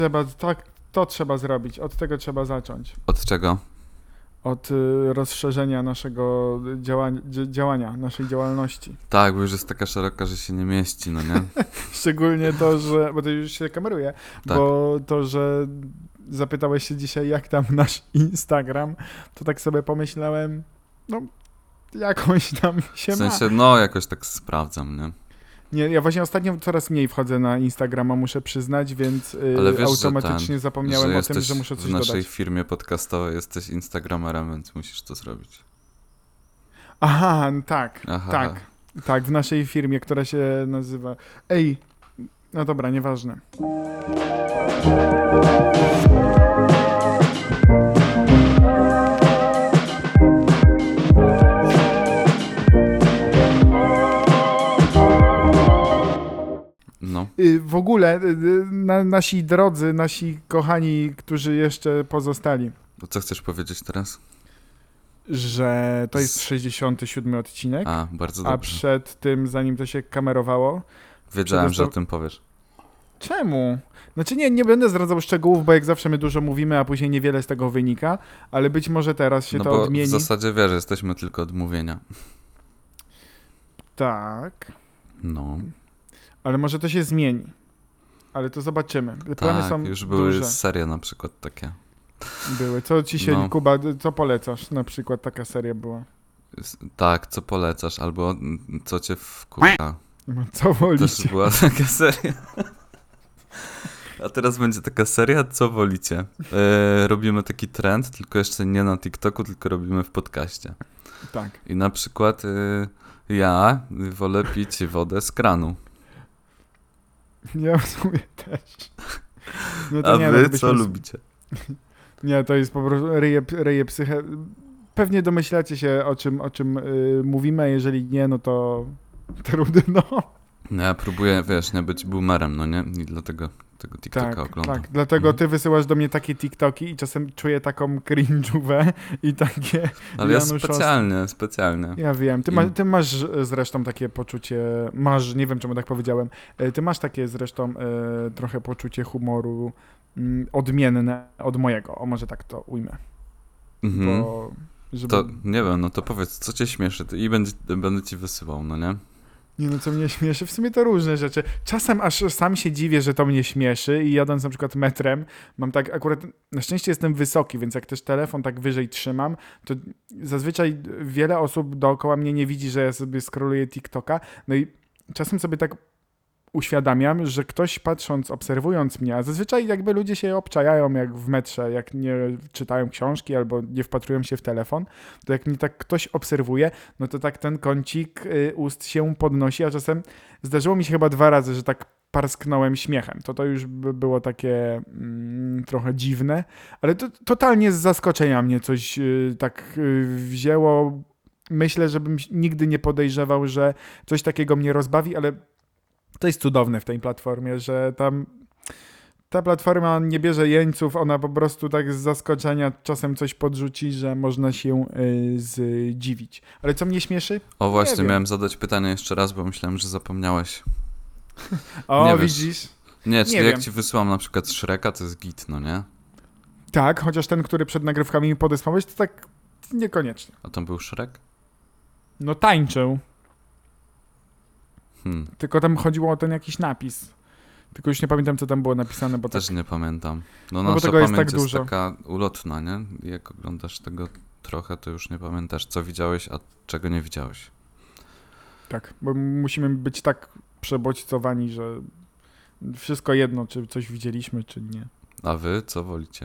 To trzeba zrobić, od tego trzeba zacząć. Od czego? Od rozszerzenia naszego działania, naszej działalności. Tak, bo już jest taka szeroka, że się nie mieści, no nie? Szczególnie to, że, bo to już się kameruje, Tak. bo to, że zapytałeś się dzisiaj, jak tam nasz Instagram, to tak sobie pomyślałem, no jakoś tam się W sensie, no jakoś tak sprawdzam, nie? Nie, ja właśnie ostatnio coraz mniej wchodzę na Instagrama, muszę przyznać, więc Ale wiesz, automatycznie zapomniałem że o tym, że muszę coś w naszej dodać. firmie podcastowej jesteś instagramerem, więc musisz to zrobić. Aha, tak, Aha. tak, w naszej firmie, która się nazywa... Ej, no dobra, nieważne. No. W ogóle nasi drodzy, nasi kochani, którzy jeszcze pozostali, To co chcesz powiedzieć teraz? że to jest 67 odcinek, A, bardzo a dobrze. przed tym, zanim to się kamerowało... Wiedziałem, że o tym powiesz. Czemu? Znaczy nie będę zdradzał szczegółów, bo jak zawsze my dużo mówimy, a później niewiele z tego wynika, ale być może teraz się No to bo odmieni. w zasadzie wiesz, jesteśmy tylko od mówienia. Tak, No. ale może to się zmieni. Ale to zobaczymy. Plany Tak, są już były duże. serie na przykład takie. Były. Co ci się, No. Kuba, co polecasz? Na przykład taka seria była. Tak, co polecasz, albo co cię wkurza. Co Też wolicie? była taka seria. A teraz będzie taka seria, co wolicie. Robimy taki trend, tylko jeszcze nie na TikToku, tylko robimy w podcaście. Tak. I na przykład ja wolę pić wodę z kranu. Ja w sumie też. No A nie, wy no to co byśmy- lubicie? Nie, to jest po prostu ryje psychę. Pewnie domyślacie się, o czym mówimy, a jeżeli nie, no to trudno. No ja próbuję, wiesz, nie być boomerem, no nie? I dlatego tego TikToka oglądam. Tak, dlatego Mhm. ty wysyłasz do mnie takie TikToki i czasem czuję taką cringe'ówę i takie Ale ja Janusz specjalnie. Ja wiem, ty masz zresztą takie poczucie, nie wiem czemu tak powiedziałem, ty masz takie zresztą trochę poczucie humoru odmienne od mojego, o może tak to ujmę, Mhm. bo żeby... To nie wiem, no to powiedz, co cię śmieszy i będę ci wysyłał, no nie? Nie no, co mnie śmieszy, w sumie to różne rzeczy. Czasem aż sam się dziwię, że to mnie śmieszy i jadąc na przykład metrem, mam tak akurat, na szczęście jestem wysoki, więc jak też telefon tak wyżej trzymam, to zazwyczaj wiele osób dookoła mnie nie widzi, że ja sobie scrolluję TikToka, no i czasem sobie tak uświadamiam, że ktoś patrząc, obserwując mnie, a zazwyczaj jakby ludzie się obczajają jak w metrze, jak nie czytają książki albo nie wpatrują się w telefon, to jak mnie tak ktoś obserwuje, no to tak ten kącik ust się podnosi, a czasem zdarzyło mi się chyba 2 razy, że tak parsknąłem śmiechem. To już by było takie trochę dziwne, ale to totalnie z zaskoczenia mnie coś tak wzięło. Myślę, żebym nigdy nie podejrzewał, że coś takiego mnie rozbawi, ale to jest cudowne w tej platformie, że tam ta platforma nie bierze jeńców, ona po prostu tak z zaskoczenia czasem coś podrzuci, że można się zdziwić. Ale co mnie śmieszy? O właśnie, wiem. miałem zadać pytanie jeszcze raz, bo myślałem, że zapomniałeś. O, Nie wiesz. widzisz? Nie, czyli Nie jak wiem. ci wysyłam na przykład Shreka, to jest git, no nie? Tak, chociaż ten, który przed nagrywkami mi podesłałeś, to tak niekoniecznie. A tam był Shrek? No tańczył, Hmm, tylko tam chodziło o ten jakiś napis. Tylko już nie pamiętam, co tam było napisane, bo tak... też nie pamiętam. No No bo nasza tego jest pamięć tak jest dużo. taka ulotna, nie? I jak oglądasz tego trochę, to już nie pamiętasz, co widziałeś, a czego nie widziałeś. Tak, bo musimy być tak przebodźcowani, że wszystko jedno, czy coś widzieliśmy, czy nie. A wy co wolicie?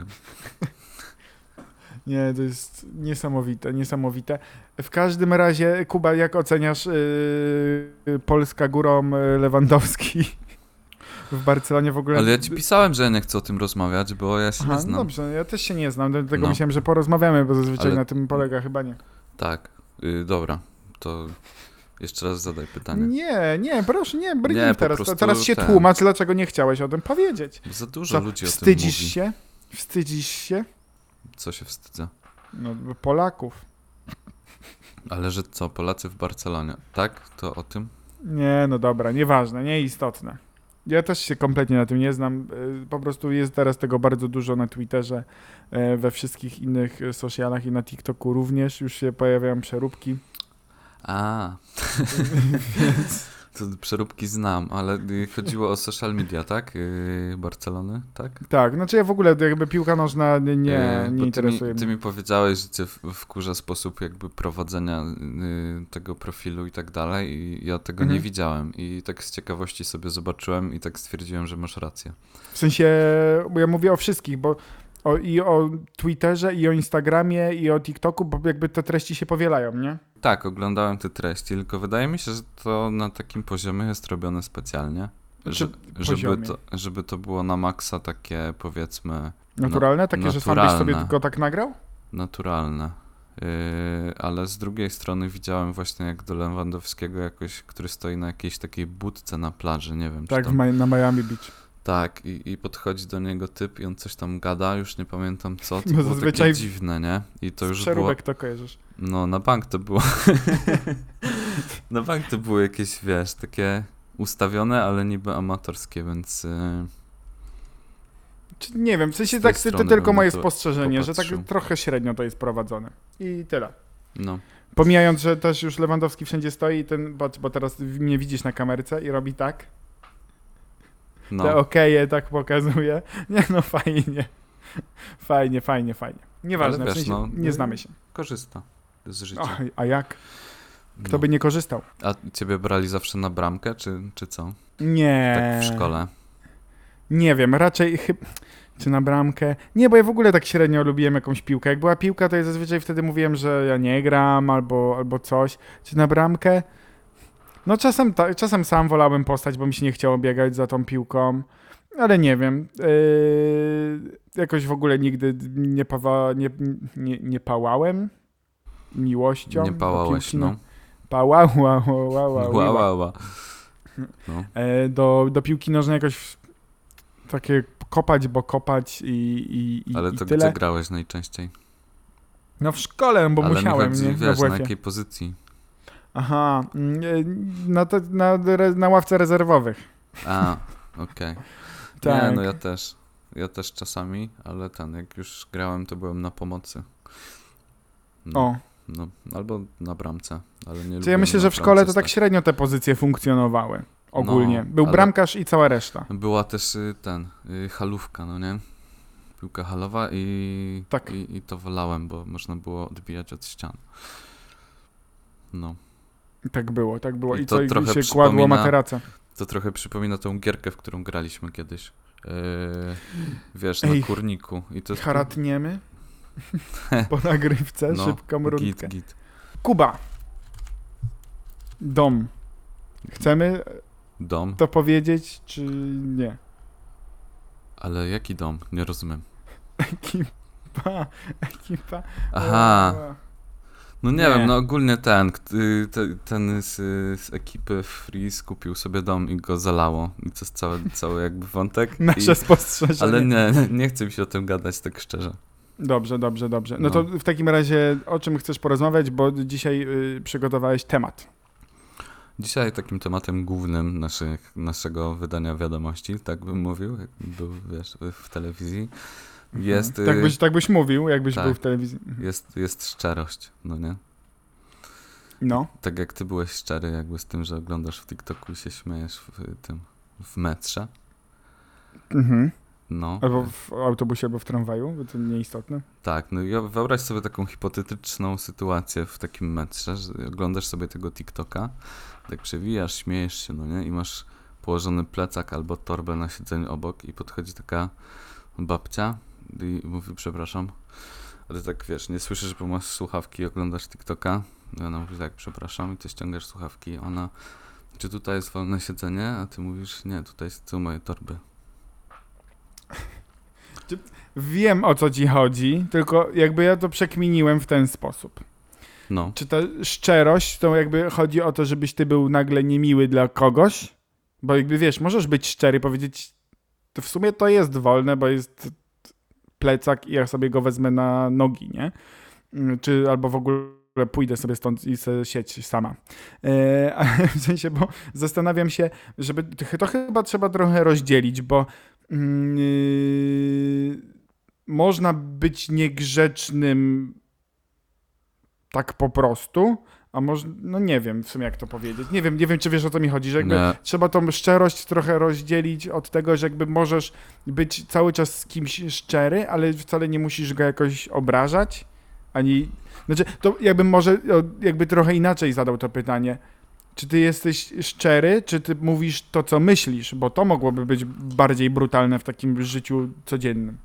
Nie, to jest niesamowite. W każdym razie, Kuba, jak oceniasz Polska górą Lewandowski w Barcelonie w ogóle? Ale ja ci pisałem, że ja nie chcę o tym rozmawiać, bo ja się Aha, nie znam. no dobrze, ja też się nie znam, dlatego No. myślałem, że porozmawiamy, bo zazwyczaj Ale- na tym polega chyba nie. Tak, dobra, to jeszcze raz zadaj pytanie. Nie, proszę, nie, brnij Nie, po teraz. prostu Teraz się ten. tłumacz, dlaczego nie chciałeś o tym powiedzieć. Za dużo Co, ludzi o tym wstydzisz mówi. się? Wstydzisz się? Co się wstydzę? No, Polaków. Ale że co, Polacy w Barcelonie? Tak? To o tym? Nie, no dobra, nieważne, nieistotne. Ja też się kompletnie na tym nie znam. Po prostu jest teraz tego bardzo dużo na Twitterze, we wszystkich innych socialach i na TikToku również. Już się pojawiają przeróbki. A, to przeróbki znam, ale chodziło o social media, tak? Barcelony, tak? Tak, znaczy ja w ogóle jakby piłka nożna nie Bo interesuje ty mnie. mi powiedziałeś, że cię wkurza sposób jakby prowadzenia tego profilu i tak dalej i ja tego nie widziałem i tak z ciekawości sobie zobaczyłem i tak stwierdziłem, że masz rację. W sensie, bo ja mówię o wszystkich, bo i o Twitterze, i o Instagramie, i o TikToku, bo jakby te treści się powielają, nie? Tak, oglądałem te treści, tylko wydaje mi się, że to na takim poziomie jest robione specjalnie, poziomie? żeby to było na maksa takie, powiedzmy, Naturalne? Takie, że sam byś sobie naturalne. tylko tak nagrał? naturalne. Ale z drugiej strony widziałem właśnie jak do Lewandowskiego jakoś, który stoi na jakiejś takiej budce na plaży, nie wiem, czy Tak, tam... na Miami Beach. Tak, i podchodzi do niego typ i on coś tam gada, już nie pamiętam co, to No było zazwyczaj takie dziwne, nie? I to już było... Przeróbek to kojarzysz. No, na bank to było... Na bank to było jakieś, wiesz, takie ustawione, ale niby amatorskie, więc... Nie wiem, w sensie Z tej tak, to strony tylko bym moje to spostrzeżenie, że tak popatrzył. trochę średnio to jest prowadzone. I tyle. No, Pomijając, że też już Lewandowski wszędzie stoi, bo teraz mnie widzisz na kamerce i robi tak. Te no. okeje tak pokazuje. Nie no, fajnie. Fajnie. Nieważne, Ale w wiesz, sensie no, nie znamy się. Korzysta z życia. O, a jak? Kto No. by nie korzystał? A ciebie brali zawsze na bramkę, czy co? Nie. Tak w szkole. Nie wiem, raczej czy na bramkę. Nie, bo ja w ogóle tak średnio lubiłem jakąś piłkę. Jak była piłka, to ja zazwyczaj wtedy mówiłem, że ja nie gram albo coś. Czy na bramkę? No czasem sam wolałem postać, bo mi się nie chciało biegać za tą piłką. Ale nie wiem. Jakoś w ogóle nigdy nie pałałem miłością. Nie do pałałeś, piłki. no. Pałała. No. Do piłki nożnej jakoś takie kopać i Ale to tyle. gdzie grałeś najczęściej? No w szkole, bo Ale musiałem, mi chodzi, nie? wiesz, Na na WF-ie. jakiej pozycji? Aha, na ławce rezerwowych. A, okej. Tak. Nie, no ja też. Ja też czasami, ale jak już grałem, to byłem na pomocy. No, O, no albo na bramce, ale nie to ja lubiłem myślę, na że w szkole bramce to tak stać. średnio te pozycje funkcjonowały. Ogólnie. No, Był ale- bramkarz i cała reszta. Była też halówka, no nie? Piłka halowa Tak. i to wolałem, bo można było odbijać od ścian. No. Tak było. I I to co, i trochę się kładło przypomina- materaca. To trochę przypomina tą gierkę, w którą graliśmy kiedyś. Wiesz, Ej, na kurniku. I to jest Haratniemy po nagrywce, no, szybką rundkę. git. Kuba. Dom. Chcemy Dom? to powiedzieć, czy nie? Ale jaki dom? Nie rozumiem. Ekipa. Aha. O. No nie Nie. wiem, no ogólnie ten z ekipy Freeze kupił sobie dom i go zalało. I to jest cały jakby wątek. Nasze spostrzeżenie. Ale nie chcę mi się o tym gadać tak szczerze. Dobrze. No No. to w takim razie o czym chcesz porozmawiać, bo dzisiaj przygotowałeś temat. Dzisiaj takim tematem głównym naszego wydania wiadomości, tak bym mówił, jak był, wiesz, w telewizji, jest, Tak byś mówił, jakbyś tak. był w telewizji. jest szczerość, no nie? No. Tak jak ty byłeś szczery jakby z tym, że oglądasz w TikToku i się śmiejesz w metrze. Mhm. No. Albo w autobusie, albo w tramwaju, bo to nieistotne. Tak, no i wyobraź sobie taką hipotetyczną sytuację w takim metrze, że oglądasz sobie tego TikToka, tak przewijasz, śmiejesz się, no nie? I masz położony plecak albo torbę na siedzeniu obok i podchodzi taka babcia i mówi, przepraszam, a ty tak, wiesz, nie słyszysz, bo masz słuchawki i oglądasz TikToka i ona mówi tak, przepraszam, i ty ściągasz słuchawki i ona, czy tutaj jest wolne siedzenie? A ty mówisz, nie, tutaj są moje torby. Wiem, o co ci chodzi, tylko jakby ja to przekminiłem w ten sposób. No, Czy ta szczerość, to jakby chodzi o to, żebyś ty był nagle niemiły dla kogoś? Bo jakby wiesz, możesz być szczery, powiedzieć, to w sumie to jest wolne, bo jest plecak i ja sobie go wezmę na nogi, nie? Czy albo w ogóle pójdę sobie stąd i sieć sama. Ale w sensie, bo zastanawiam się, żeby to chyba trzeba trochę rozdzielić, bo można być niegrzecznym tak po prostu, a może, no nie wiem w sumie jak to powiedzieć. Nie wiem, czy wiesz o co mi chodzi, że jakby Nie. trzeba tą szczerość trochę rozdzielić od tego, że jakby możesz być cały czas z kimś szczery, ale wcale nie musisz go jakoś obrażać, ani... Znaczy, to jakbym może jakby trochę inaczej zadał to pytanie. Czy ty jesteś szczery, czy ty mówisz to, co myślisz? Bo to mogłoby być bardziej brutalne w takim życiu codziennym.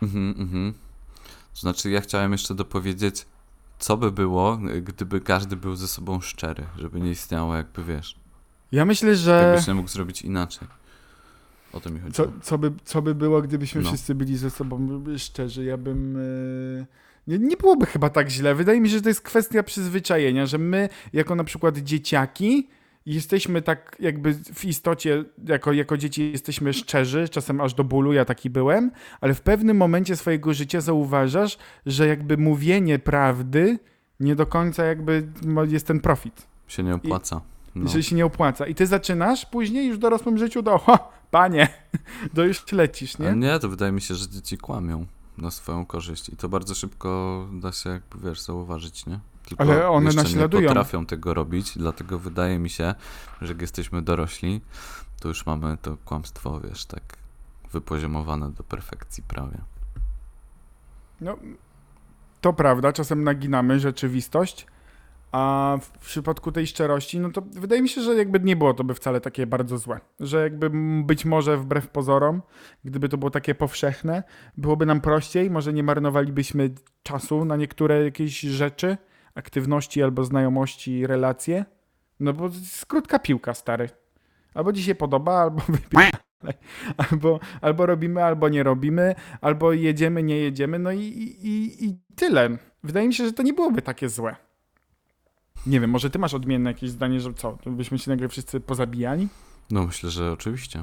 To znaczy, ja chciałem jeszcze dopowiedzieć, co by było, gdyby każdy był ze sobą szczery, żeby nie istniało jakby, wiesz, Ja myślę, że... jakbyś nie mógł zrobić inaczej. O to mi chodziło. Co by było, gdybyśmy No. wszyscy byli ze sobą szczerzy? Ja bym... Nie byłoby chyba tak źle. Wydaje mi się, że to jest kwestia przyzwyczajenia, że my, jako na przykład dzieciaki, jesteśmy tak jakby w istocie, jako dzieci jesteśmy szczerzy, czasem aż do bólu, ja taki byłem, ale w pewnym momencie swojego życia zauważasz, że jakby mówienie prawdy nie do końca jakby jest ten profit. Się nie opłaca. No. Że się nie opłaca. I ty zaczynasz później już w dorosłym życiu panie, to już lecisz, nie? Ale nie, to wydaje mi się, że dzieci kłamią na swoją korzyść i to bardzo szybko da się jakby, wiesz, zauważyć, nie? Tylko Ale one jeszcze naśladują. nie potrafią tego robić, dlatego wydaje mi się, że jak jesteśmy dorośli, to już mamy to kłamstwo, wiesz, tak wypoziomowane do perfekcji prawie. No, to prawda, czasem naginamy rzeczywistość, a w przypadku tej szczerości, no to wydaje mi się, że jakby nie było to by wcale takie bardzo złe. Że jakby być może wbrew pozorom, gdyby to było takie powszechne, byłoby nam prościej, może nie marnowalibyśmy czasu na niektóre jakieś rzeczy, aktywności albo znajomości, relacje. No bo to jest krótka piłka, stary. Albo ci się podoba, albo wypijamy. Albo robimy, albo nie robimy, albo jedziemy, nie jedziemy, no i tyle. Wydaje mi się, że to nie byłoby takie złe. Nie wiem, może ty masz odmienne jakieś zdanie, że co, to byśmy się nagle wszyscy pozabijali? No myślę, że oczywiście.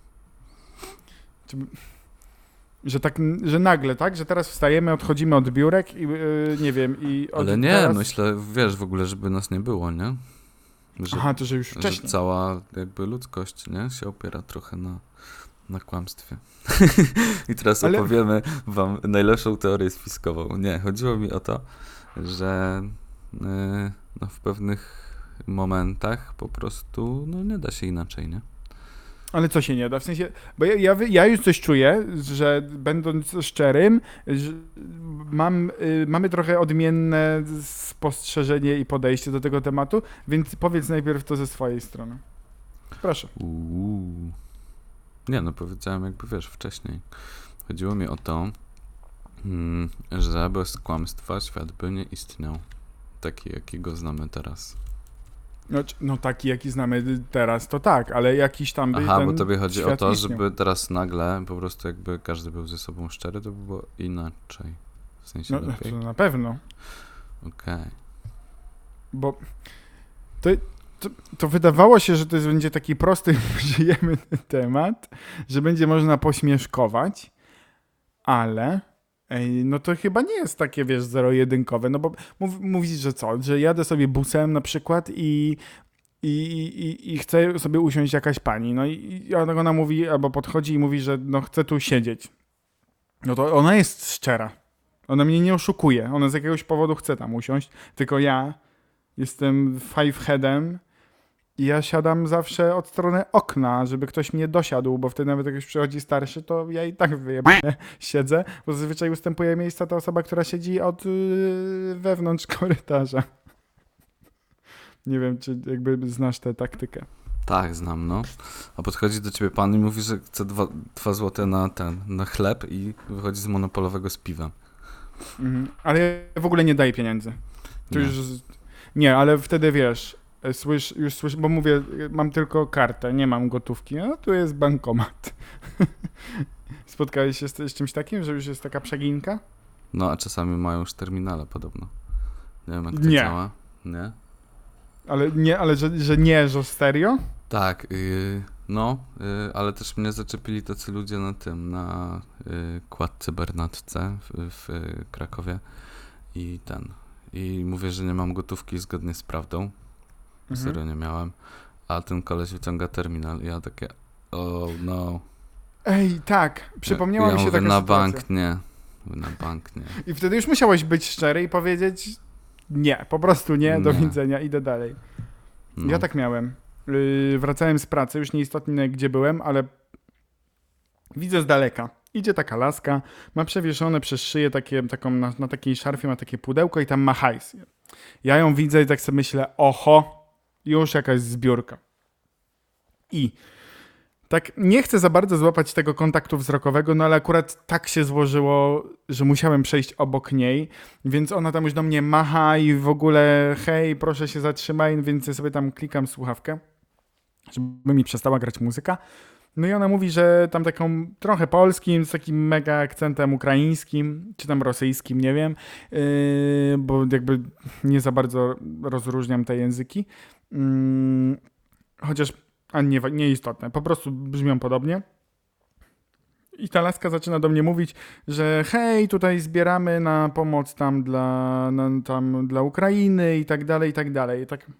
Że tak, że nagle, tak? Że teraz wstajemy, odchodzimy od biurek i nie wiem, i od Ale nie, teraz... myślę, wiesz, w ogóle, żeby nas nie było, nie? Że, Aha, to że już że wcześniej. cała jakby ludzkość, nie? Się opiera trochę na kłamstwie. I teraz Ale- opowiemy wam najlepszą teorię spiskową. Nie, chodziło mi o to, że no, w pewnych momentach po prostu no, nie da się inaczej, nie? Ale co się nie da? W sensie, bo ja już coś czuję, że będąc szczerym, że mamy trochę odmienne spostrzeżenie i podejście do tego tematu, więc powiedz najpierw to ze swojej strony. Proszę. Nie, no powiedziałem jakby, wiesz, wcześniej. Chodziło mi o to, że bez kłamstwa świat by nie istniał. Taki, jakiego znamy teraz. No taki, jaki znamy teraz, to tak, ale jakiś tam by Aha, ten bo tobie chodzi o świat to, istniał. żeby teraz nagle po prostu jakby każdy był ze sobą szczery, to by było inaczej. W sensie No, lepiej. to na pewno, Okej. bo to wydawało się, że to będzie taki prosty, żyjemy temat, że będzie można pośmieszkować, ale no to chyba nie jest takie, wiesz, zero-jedynkowe, no bo mówisz, że co, że jadę sobie busem na przykład i chce sobie usiąść jakaś pani, no i ona mówi, albo podchodzi i mówi, że no chce tu siedzieć. No to ona jest szczera. Ona mnie nie oszukuje. Ona z jakiegoś powodu chce tam usiąść, tylko ja jestem fiveheadem i ja siadam zawsze od strony okna, żeby ktoś mnie dosiadł, bo wtedy nawet jak już przychodzi starszy, to ja i tak wyjebane siedzę, bo zazwyczaj ustępuje miejsca ta osoba, która siedzi od wewnątrz korytarza. Nie wiem, czy jakby znasz tę taktykę. Tak, znam, no. A podchodzi do ciebie pan i mówi, że chce 2 złote na chleb i wychodzi z monopolowego z piwem. Mhm. Ale ja w ogóle nie daję pieniędzy. To Nie. już... Nie, ale wtedy wiesz, już słyszę, bo mówię, mam tylko kartę, nie mam gotówki, a tu jest bankomat. Spotkałeś się z czymś takim, że już jest taka przeginka? No, a czasami mają już terminale podobno. Nie wiem, jak to Nie. działa. Nie? Ale że nie, że serio? Tak, ale też mnie zaczepili tacy ludzie na tym, na kładce Bernatce w Krakowie i mówię, że nie mam gotówki zgodnie z prawdą. Serio nie miałem. A ten koleś wyciąga terminal i ja takie, oh no. Ej, tak, przypomniała mi się mówię, taka na sytuacja. bank nie. Mówię, na bank nie. I wtedy już musiałeś być szczery i powiedzieć nie, po prostu nie, do Nie. widzenia, idę dalej. No. Ja tak miałem. Wracałem z pracy, już nieistotnie gdzie byłem, ale widzę z daleka. Idzie taka laska, ma przewieszone przez szyję na takiej szarfie ma takie pudełko i tam ma hajs. Ja ją widzę i tak sobie myślę, oho, już jakaś zbiórka. I tak nie chcę za bardzo złapać tego kontaktu wzrokowego, no ale akurat tak się złożyło, że musiałem przejść obok niej, więc ona tam już do mnie macha i w ogóle hej, proszę się zatrzymaj, więc ja sobie tam klikam słuchawkę, żeby mi przestała grać muzyka. No i ona mówi, że tam taką trochę polskim, z takim mega akcentem ukraińskim, czy tam rosyjskim, nie wiem, bo jakby nie za bardzo rozróżniam te języki. Chociaż a nieistotne, po prostu brzmią podobnie. I ta laska zaczyna do mnie mówić, że hej, tutaj zbieramy na pomoc tam dla Ukrainy i tak dalej, i tak dalej. I tak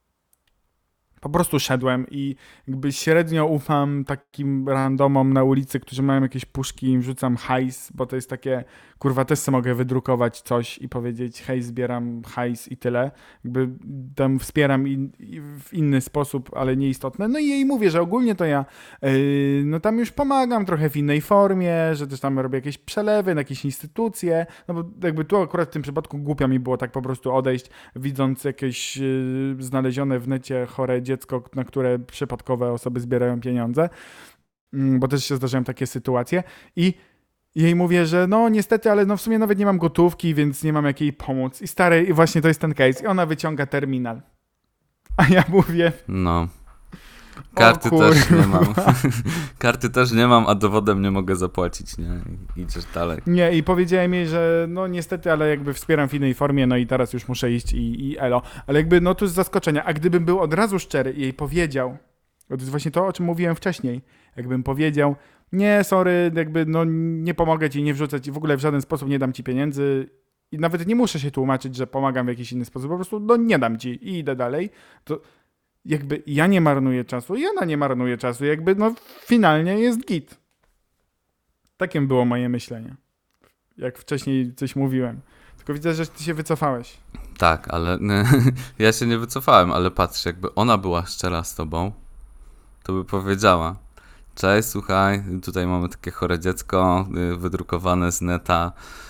po prostu szedłem i jakby średnio ufam takim randomom na ulicy, którzy mają jakieś puszki i im rzucam hajs, bo to jest takie, kurwa, też sobie mogę wydrukować coś i powiedzieć hej, zbieram hajs i tyle. Jakby tam wspieram i w inny sposób, ale nieistotne. No i jej mówię, że ogólnie to ja no tam już pomagam trochę w innej formie, że też tam robię jakieś przelewy na jakieś instytucje, no bo jakby tu akurat w tym przypadku głupio mi było tak po prostu odejść, widząc jakieś znalezione w necie chore dziecko, na które przypadkowe osoby zbierają pieniądze, bo też się zdarzają takie sytuacje i jej mówię, że no niestety, ale no w sumie nawet nie mam gotówki, więc nie mam jak jej pomóc. I stary, i właśnie to jest ten case. I ona wyciąga terminal. A ja mówię... No. Karty też nie mam. Karty też nie mam, a dowodem nie mogę zapłacić, nie? I idziesz dalej. Nie, i powiedziałem jej, że no niestety, ale jakby wspieram w innej formie, no i teraz już muszę iść i elo. Ale jakby no to jest zaskoczenia. A gdybym był od razu szczery i jej powiedział, to jest właśnie to, o czym mówiłem wcześniej, jakbym powiedział, nie, sorry, jakby no nie pomogę ci, nie wrzucę ci, w ogóle w żaden sposób nie dam ci pieniędzy i nawet nie muszę się tłumaczyć, że pomagam w jakiś inny sposób, po prostu no nie dam ci i idę dalej, to jakby ja nie marnuję czasu i ona nie marnuje czasu, jakby no finalnie jest git. Takim było moje myślenie, jak wcześniej coś mówiłem. Tylko widzę, że ty się wycofałeś. Tak, ale ja się nie wycofałem, ale patrz, jakby ona była szczera z tobą, to by powiedziała: cześć, słuchaj, tutaj mamy takie chore dziecko, wydrukowane z neta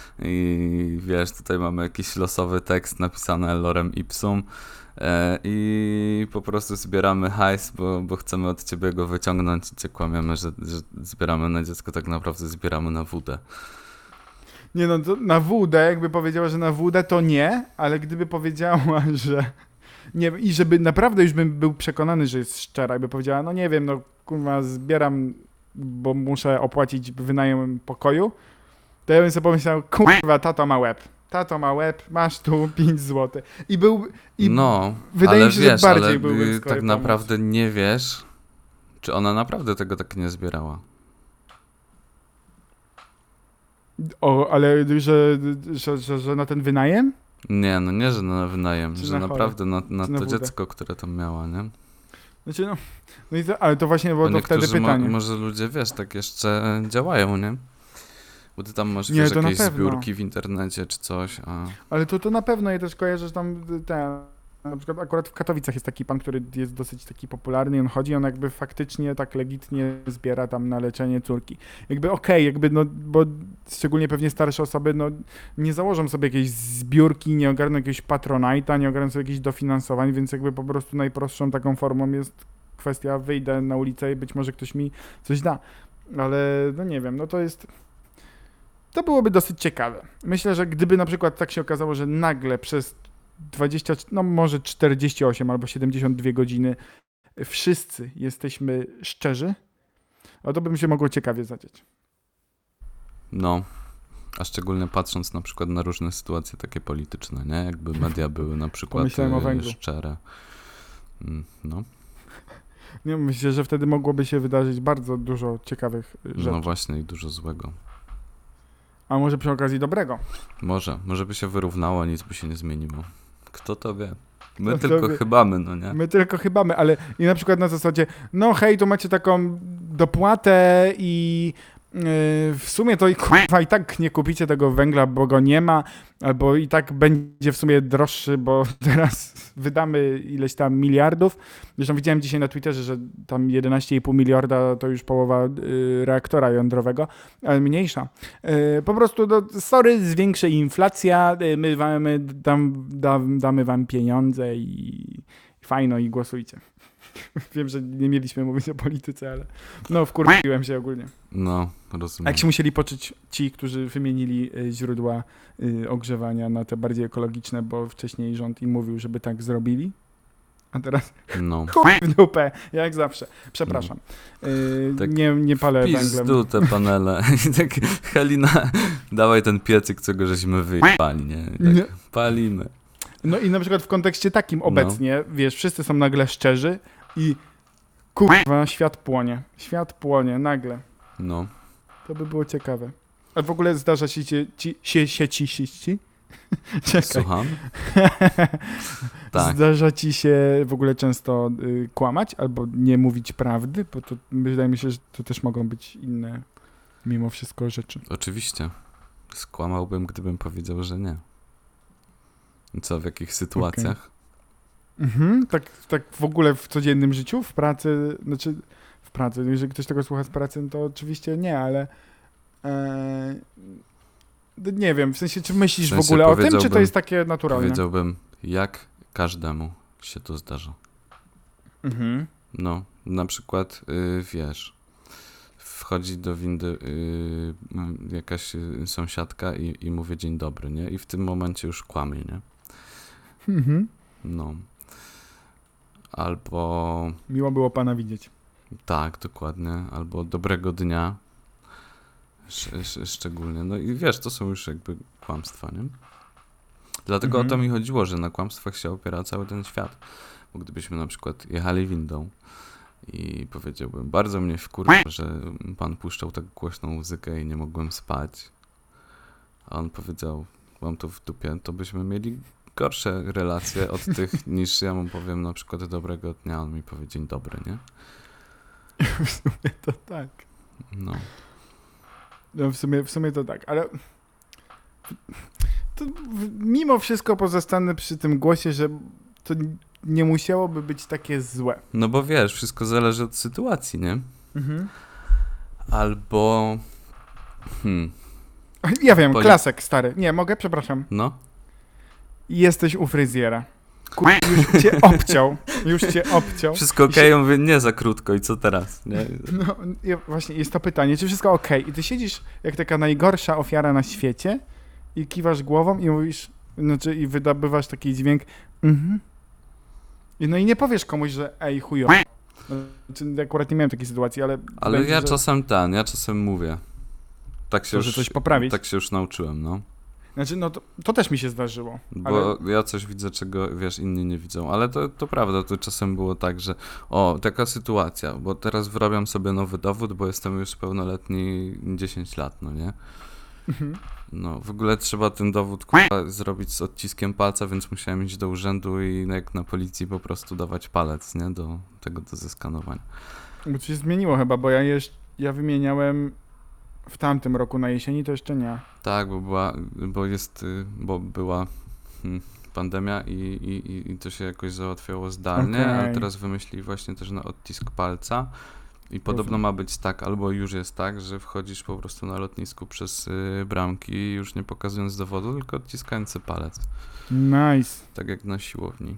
i wiesz, tutaj mamy jakiś losowy tekst napisany lorem ipsum i po prostu zbieramy hajs, bo chcemy od ciebie go wyciągnąć i cię kłamiemy, że zbieramy na dziecko, tak naprawdę zbieramy na wódę. Nie no, to na wódę, jakby powiedziała, że na wódę, to nie, ale gdyby powiedziała, że nie, i żeby naprawdę już bym był przekonany, że jest szczera, jakby powiedziała, no nie wiem, no kurwa, zbieram, bo muszę opłacić wynajem pokoju, to ja bym sobie pomyślał, kurwa, tato ma łeb, masz tu 5 zł. No, wydaje ale mi się, że wiesz, bardziej ale byłbym skory tak pomóc. naprawdę nie wiesz, czy ona naprawdę tego tak nie zbierała. O, ale że na ten wynajem? Nie, no nie, że na wynajem, Czy że na chore? naprawdę na Czy na to wódę? dziecko, które tam miała, nie? Znaczy no i to, ale to właśnie było Bo to wtedy niektórzy pytanie. może ludzie, wiesz, tak jeszcze działają, nie? Bo ty tam masz, Nie, wiesz, to na jakieś pewno. zbiórki w internecie czy coś, a... Ale to na pewno, ja też kojarzę, że tam na przykład akurat w Katowicach jest taki pan, który jest dosyć taki popularny, on chodzi, on jakby faktycznie tak legitnie zbiera tam na leczenie córki. Jakby okej, jakby no, bo szczególnie pewnie starsze osoby, no nie założą sobie jakiejś zbiórki, nie ogarną jakiegoś Patronite'a, nie ogarną sobie jakichś dofinansowań, więc jakby po prostu najprostszą taką formą jest kwestia, wyjdę na ulicę i być może ktoś mi coś da. Ale no nie wiem, no to byłoby dosyć ciekawe. Myślę, że gdyby na przykład tak się okazało, że nagle przez 20, no może 48 albo 72 godziny wszyscy jesteśmy szczerzy, no to by mi się mogło ciekawie zadzieć. No, a szczególnie patrząc na przykład na różne sytuacje takie polityczne, nie? Jakby media były na przykład Pomyślałem o węglu. szczere. No. Nie, myślę, że wtedy mogłoby się wydarzyć bardzo dużo ciekawych rzeczy. No właśnie i dużo złego. A może przy okazji dobrego. Może by się wyrównało, nic by się nie zmieniło. Kto to wie? My Kto tylko wie? chybamy, no nie? My tylko chybamy, ale i na przykład na zasadzie, no hej, tu macie taką dopłatę i w sumie to i tak nie kupicie tego węgla, bo go nie ma, albo i tak będzie w sumie droższy, bo teraz wydamy ileś tam miliardów. Zresztą widziałem dzisiaj na Twitterze, że tam 11,5 miliarda to już połowa reaktora jądrowego, ale mniejsza. Po prostu, no, sorry, zwiększy inflacja, my damy wam pieniądze i fajno i głosujcie. Wiem, że nie mieliśmy mówić o polityce, ale no wkurwiłem się ogólnie. No, A rozumiem. jak się musieli poczuć ci, którzy wymienili źródła ogrzewania na te bardziej ekologiczne, bo wcześniej rząd im mówił, żeby tak zrobili, a teraz No. chuj w dupę, jak zawsze. Przepraszam. Tak Nie palę węglem. Pizdu te panele. I tak, Halina, dawaj ten piecyk, co go żeśmy wyjebali, nie? I tak Nie. palimy. No i na przykład w kontekście takim obecnie, wiesz, wszyscy są nagle szczerzy i kurwa, świat płonie. Świat płonie, nagle. No. To by było ciekawe. A w ogóle zdarza się ci? Czekaj. Słucham? Tak. Zdarza ci się w ogóle często kłamać albo nie mówić prawdy? Bo to wydaje mi się, że to też mogą być inne mimo wszystko rzeczy. Oczywiście. Skłamałbym, gdybym powiedział, że nie. I co, w jakich sytuacjach? Mhm, tak w ogóle w codziennym życiu, w pracy, znaczy w pracy, jeżeli ktoś tego słucha z pracy, no to oczywiście nie, ale nie wiem, w sensie, czy myślisz w sensie ogóle o tym, czy to powiedziałbym- jest takie naturalne? Powiedziałbym, jak każdemu się to zdarza. Mhm. No, na przykład, wiesz, wchodzi do windy jakaś sąsiadka i mówi dzień dobry, nie? I w tym momencie już kłamie, nie? Mhm. No. Albo Miło było pana widzieć. tak, dokładnie. Albo dobrego dnia. Szczególnie. No i wiesz, to są już jakby kłamstwa, nie? Dlatego o to mi chodziło, że na kłamstwach się opiera cały ten świat. Bo gdybyśmy na przykład jechali windą i powiedziałbym, bardzo mnie wkurza, że pan puszczał tak głośną muzykę i nie mogłem spać. A on powiedział, mam to w dupie, to byśmy mieli gorsze relacje od tych, niż ja mu powiem na przykład dobrego dnia, on mi powie dzień dobry, nie? W sumie to tak. No. No w sumie to tak, ale to mimo wszystko pozostanę przy tym głosie, że to nie musiałoby być takie złe. No bo wiesz, wszystko zależy od sytuacji, nie? Mhm. Albo... Ja wiem, klasek stary. Nie, mogę? Przepraszam. No. Jesteś u fryzjera. Już cię obciął. Już cię obciął. Wszystko okej? Ja mówię, nie za krótko i co teraz, nie? No właśnie jest to pytanie, czy wszystko okej? I ty siedzisz jak taka najgorsza ofiara na świecie i kiwasz głową i mówisz, znaczy i wydobywasz taki dźwięk no i nie powiesz komuś, że ej chujo. Znaczy, akurat nie miałem takiej sytuacji, ale... Ale wydaje ja mi się, że czasem mówię. Tak się to, że już, coś poprawić. tak się już nauczyłem, no. Znaczy, no to też mi się zdarzyło. Bo ja coś widzę, czego, wiesz, inni nie widzą. Ale to prawda, to czasem było tak, że taka sytuacja, bo teraz wyrabiam sobie nowy dowód, bo jestem już pełnoletni 10 lat, no nie? No, w ogóle trzeba ten dowód zrobić z odciskiem palca, więc musiałem iść do urzędu i jak na policji po prostu dawać palec, nie? Do zeskanowania. Bo to się zmieniło chyba, bo ja wymieniałem w tamtym roku na jesieni, to jeszcze nie. Tak, bo była pandemia i to się jakoś załatwiało zdalnie, Okej. ale teraz wymyślili właśnie też na odcisk palca i podobno ma być tak, albo już jest tak, że wchodzisz po prostu na lotnisku przez bramki, już nie pokazując dowodu, tylko odciskając sobie palec. Nice. Tak jak na siłowni.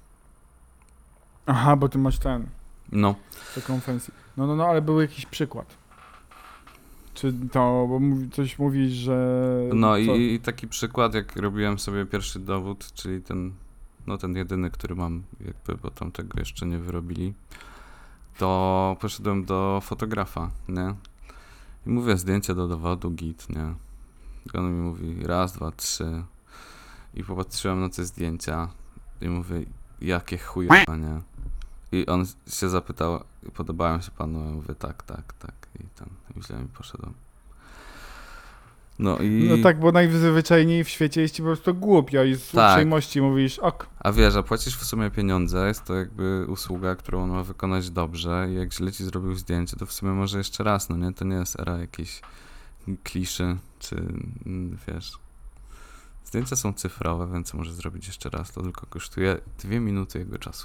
Aha, bo ty masz No. taką fancy. No, ale był jakiś przykład. Czy to, bo coś mówisz, że... No co? i taki przykład, jak robiłem sobie pierwszy dowód, czyli ten jedyny, który mam, jakby, bo tamtego jeszcze nie wyrobili, to poszedłem do fotografa, nie? I mówię, zdjęcie do dowodu, git, nie? I on mi mówi, 1, 2, 3. I popatrzyłem na te zdjęcia i mówię, jakie chujowe, nie? I on się zapytał, podobają się panu? Ja mówię, tak. I wziąłem i poszedłem. No i... No tak, bo najzwyczajniej w świecie jest ci po prostu głupio i z Tak. uprzejmości mówisz, ok. A wiesz, a płacisz w sumie pieniądze, jest to jakby usługa, którą on ma wykonać dobrze i jak źle ci zrobił zdjęcie, to w sumie może jeszcze raz, no nie? To nie jest era jakiejś kliszy, czy wiesz... Zdjęcia są cyfrowe, więc może zrobić jeszcze raz, to tylko kosztuje 2 minuty jego czasu.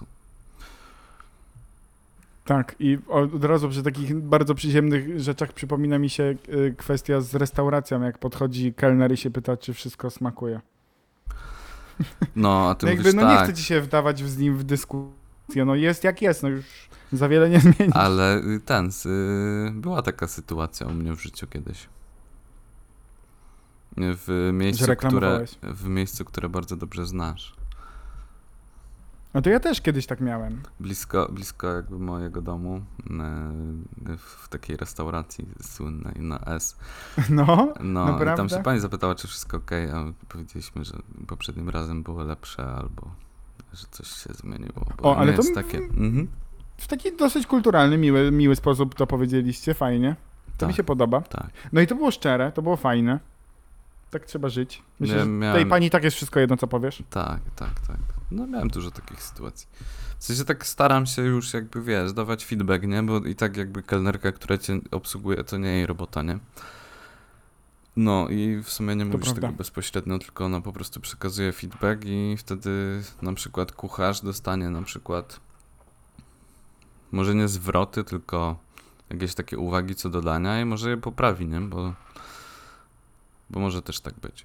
Tak, i od razu przy takich bardzo przyziemnych rzeczach przypomina mi się kwestia z restauracją, jak podchodzi kelner i się pyta, czy wszystko smakuje. No, a ty No mówisz jakby, no nie tak, chcę ci się wdawać z nim w dyskusję, no jest jak jest, no już za wiele nie zmieni. ale była taka sytuacja u mnie w życiu kiedyś. W miejscu, reklamowałeś. w miejscu, które bardzo dobrze znasz. No to ja też kiedyś tak miałem. Blisko jakby mojego domu, w takiej restauracji słynnej na S. No, No i naprawdę? tam się pani zapytała, czy wszystko okej, a powiedzieliśmy, że poprzednim razem było lepsze albo że coś się zmieniło. Bo O, ale nie to jest takie. Mhm. w taki dosyć kulturalny, miły sposób to powiedzieliście, fajnie. To mi Tak, się podoba. tak. No i to było szczere, to było fajne. Tak trzeba żyć. Myślę, Ja że miałem- tej pani tak jest wszystko jedno, co powiesz. Tak. No miałem dużo takich sytuacji. W sensie tak staram się już jakby, wiesz, dawać feedback, nie? Bo i tak jakby kelnerka, która cię obsługuje, to nie jej robota, nie? No i w sumie nie mówisz prawda. tego bezpośrednio, tylko ona po prostu przekazuje feedback i wtedy na przykład kucharz dostanie na przykład może nie zwroty, tylko jakieś takie uwagi co do dania i może je poprawi, nie? Bo może też tak być.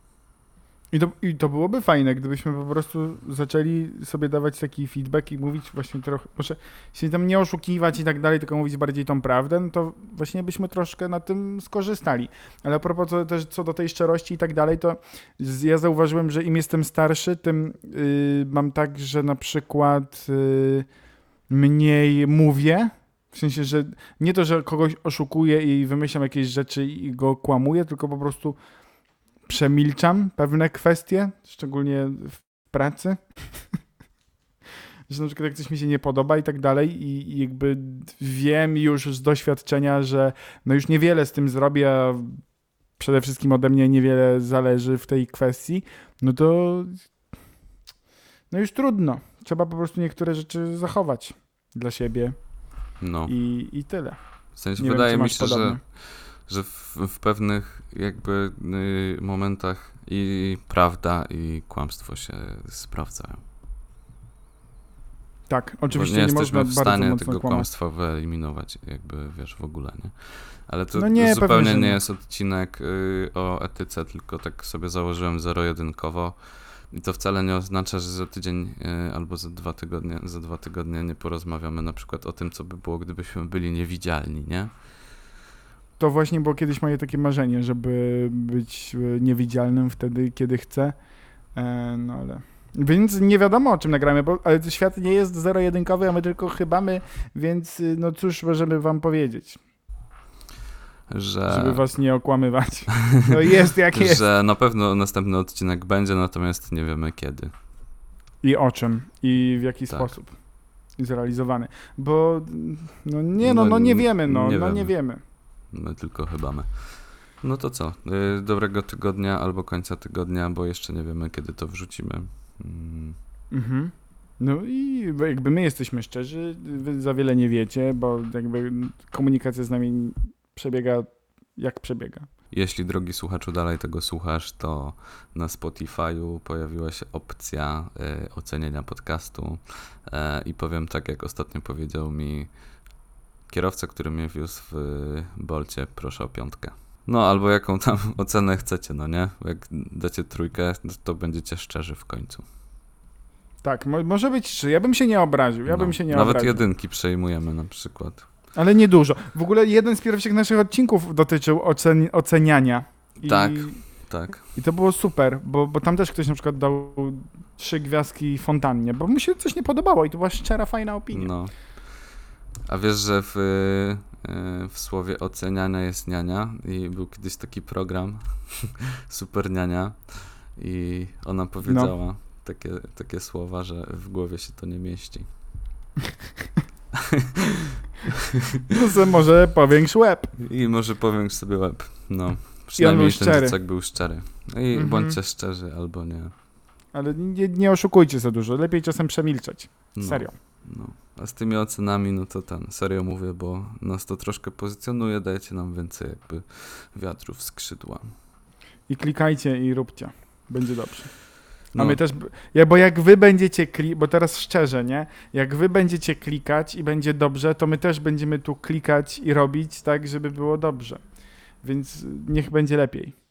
I to byłoby fajne, gdybyśmy po prostu zaczęli sobie dawać taki feedback i mówić właśnie trochę, może się tam nie oszukiwać i tak dalej, tylko mówić bardziej tą prawdę, no to właśnie byśmy troszkę na tym skorzystali. Ale a propos też co do tej szczerości i tak dalej, to ja zauważyłem, że im jestem starszy, tym mam tak, że na przykład mniej mówię, w sensie, że nie to, że kogoś oszukuję i wymyślam jakieś rzeczy i go kłamuję, tylko po prostu przemilczam pewne kwestie, szczególnie w pracy. Że na przykład jak coś mi się nie podoba i tak dalej i jakby wiem już z doświadczenia, że no już niewiele z tym zrobię, a przede wszystkim ode mnie niewiele zależy w tej kwestii, no to no już trudno. Trzeba po prostu niektóre rzeczy zachować dla siebie No. i tyle. W sensie Nie wiem, wydaje czy mi masz się, podobnie. że w pewnych jakby momentach i prawda i kłamstwo się sprawdzają. Tak, Bo oczywiście nie nie jesteśmy można w bardzo stanie mocno tego kłamać. kłamstwa wyeliminować, jakby wiesz, w ogóle, nie? Ale to No nie, zupełnie pewnie, że nie nie. jest odcinek o etyce, tylko tak sobie założyłem zero-jedynkowo i to wcale nie oznacza, że za tydzień albo za 2 tygodnie nie porozmawiamy na przykład o tym, co by było, gdybyśmy byli niewidzialni, nie? To właśnie było kiedyś moje takie marzenie, żeby być niewidzialnym wtedy, kiedy chcę. No ale... Więc nie wiadomo, o czym nagramy, ale świat nie jest zero-jedynkowy, a my tylko chybamy, więc no cóż możemy wam powiedzieć, żeby was nie okłamywać. No jest jak jest. Że na pewno następny odcinek będzie, natomiast nie wiemy kiedy. I o czym, i w jaki Tak. sposób zrealizowany. Bo no nie wiemy, nie wiemy. My tylko chybamy. No to co? Dobrego tygodnia albo końca tygodnia, bo jeszcze nie wiemy, kiedy to wrzucimy. Mhm. No i jakby my jesteśmy szczerzy, wy za wiele nie wiecie, bo jakby komunikacja z nami przebiega jak przebiega. Jeśli, drogi słuchaczu, dalej tego słuchasz, to na Spotify'u pojawiła się opcja ocenienia podcastu i powiem tak, jak ostatnio powiedział mi kierowca, który mnie wiózł w Bolcie, proszę o 5. No, albo jaką tam ocenę chcecie, no nie? Jak dacie 3, to będziecie szczerzy w końcu. Tak, może być 3. Ja bym się nie obraził. Nawet obraził. 1 przejmujemy na przykład. Ale nie dużo. W ogóle jeden z pierwszych naszych odcinków dotyczył oceniania. Tak. Tak. I to było super, bo tam też ktoś na przykład dał 3 gwiazdki fontannie, bo mu się coś nie podobało i to była szczera, fajna opinia. No. A wiesz, że w słowie oceniania jest niania i był kiedyś taki program Super Niania i ona powiedziała takie słowa, że w głowie się to nie mieści. No może powiększ łeb. I może powiększ sobie łeb. No, Przynajmniej był ten szczery. dzieciak był szczery. No i Mhm. bądźcie szczerzy albo nie. Ale nie oszukujcie za dużo, lepiej czasem przemilczeć. No, Serio. No. A z tymi ocenami, no to serio mówię, bo nas to troszkę pozycjonuje, dajcie nam więcej jakby wiatru w skrzydła. I klikajcie i róbcie. Będzie dobrze. A No, my też, bo jak wy będziecie bo teraz szczerze, nie? Jak wy będziecie klikać i będzie dobrze, to my też będziemy tu klikać i robić tak, żeby było dobrze. Więc niech będzie lepiej.